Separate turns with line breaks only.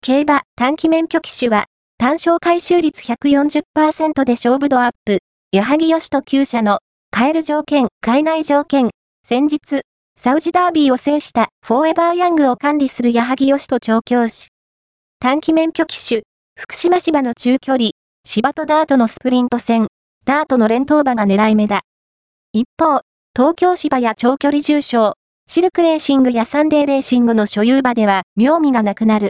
競馬短期免許騎手は、単勝回収率 140% で勝負度アップ。矢作義人厩舎の、買える条件、買えない条件。先日、サウジダービーを制したフォーエバーヤングを管理する矢作義人調教師。短期免許騎手、福島芝の中距離、芝とダートのスプリント戦、ダートの連投馬が狙い目だ。一方、東京芝や長距離重賞、シルクレーシングやサンデーレーシングの所有馬では妙味がなくなる。